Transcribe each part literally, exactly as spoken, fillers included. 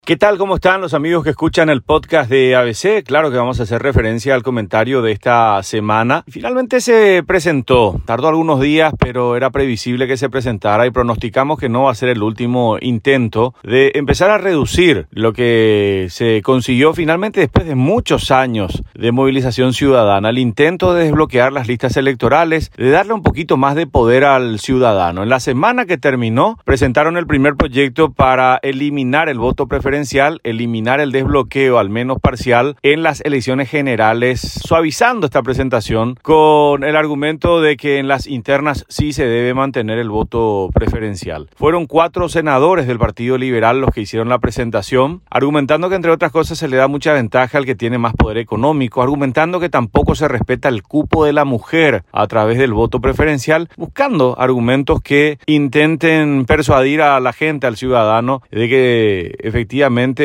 ¿Qué tal? ¿Cómo están los amigos que escuchan el podcast de A B C? Claro que vamos a hacer referencia al comentario de esta semana. Finalmente se presentó, tardó algunos días, pero era previsible que se presentara y pronosticamos que no va a ser el último intento de empezar a reducir lo que se consiguió finalmente después de muchos años de movilización ciudadana, el intento de desbloquear las listas electorales, de darle un poquito más de poder al ciudadano. En la semana que terminó, presentaron el primer proyecto para eliminar el voto preferencial, eliminar el desbloqueo, al menos parcial, en las elecciones generales, suavizando esta presentación con el argumento de que en las internas sí se debe mantener el voto preferencial. Fueron cuatro senadores del Partido Liberal los que hicieron la presentación, argumentando que entre otras cosas se le da mucha ventaja al que tiene más poder económico, argumentando que tampoco se respeta el cupo de la mujer a través del voto preferencial, buscando argumentos que intenten persuadir a la gente, al ciudadano, de que efectivamente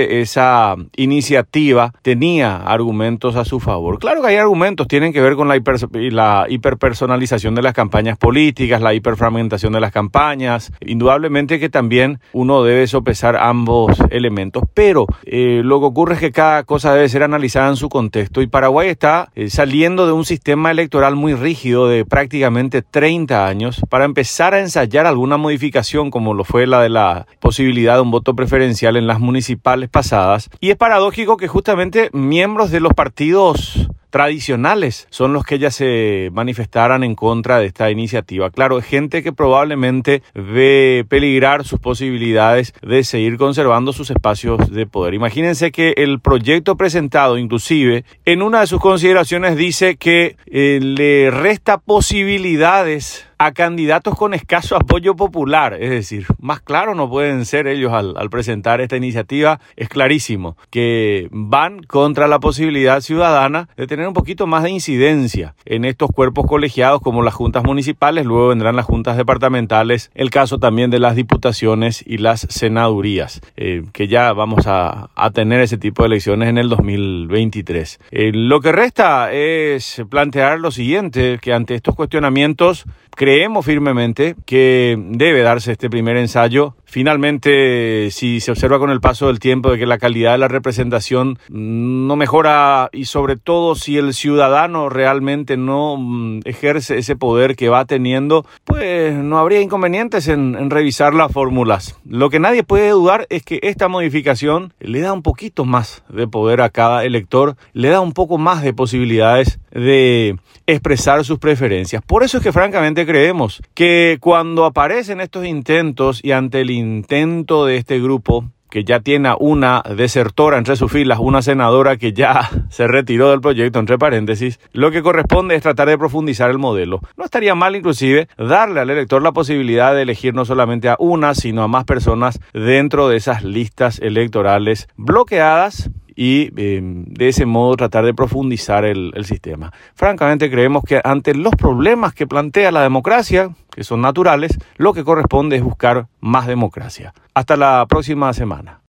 esa iniciativa tenía argumentos a su favor. Claro que hay argumentos, tienen que ver con la, hiper, la hiperpersonalización de las campañas políticas, la hiperfragmentación de las campañas, indudablemente que también uno debe sopesar ambos elementos, pero eh, lo que ocurre es que cada cosa debe ser analizada en su contexto y Paraguay está eh, saliendo de un sistema electoral muy rígido de prácticamente treinta años para empezar a ensayar alguna modificación como lo fue la de la posibilidad de un voto preferencial en las municipalidades pasadas, y es paradójico que justamente miembros de los partidos tradicionales son los que ya se manifestaran en contra de esta iniciativa. Claro, gente que probablemente ve peligrar sus posibilidades de seguir conservando sus espacios de poder. Imagínense que el proyecto presentado, inclusive, en una de sus consideraciones dice que eh, le resta posibilidades a candidatos con escaso apoyo popular, es decir, más claro no pueden ser ellos al, al presentar esta iniciativa. Es clarísimo que van contra la posibilidad ciudadana de tener un poquito más de incidencia en estos cuerpos colegiados como las juntas municipales, luego vendrán las juntas departamentales, el caso también de las diputaciones y las senadurías, eh, que ya vamos a, a tener ese tipo de elecciones en el dos mil veintitrés. Eh, lo que resta es plantear lo siguiente, que ante estos cuestionamientos creemos firmemente que debe darse este primer ensayo. Finalmente, si se observa con el paso del tiempo de que la calidad de la representación no mejora y sobre todo si el ciudadano realmente no ejerce ese poder que va teniendo, pues no habría inconvenientes en, en revisar las fórmulas. Lo que nadie puede dudar es que esta modificación le da un poquito más de poder a cada elector, le da un poco más de posibilidades de expresar sus preferencias. Por eso es que francamente creemos que cuando aparecen estos intentos y ante el intento de este grupo, que ya tiene una desertora entre sus filas, una senadora que ya se retiró del proyecto, entre paréntesis, lo que corresponde es tratar de profundizar el modelo. No estaría mal inclusive darle al elector la posibilidad de elegir no solamente a una, sino a más personas dentro de esas listas electorales bloqueadas, y eh, de ese modo tratar de profundizar el, el sistema. Francamente creemos que ante los problemas que plantea la democracia, que son naturales, lo que corresponde es buscar más democracia. Hasta la próxima semana.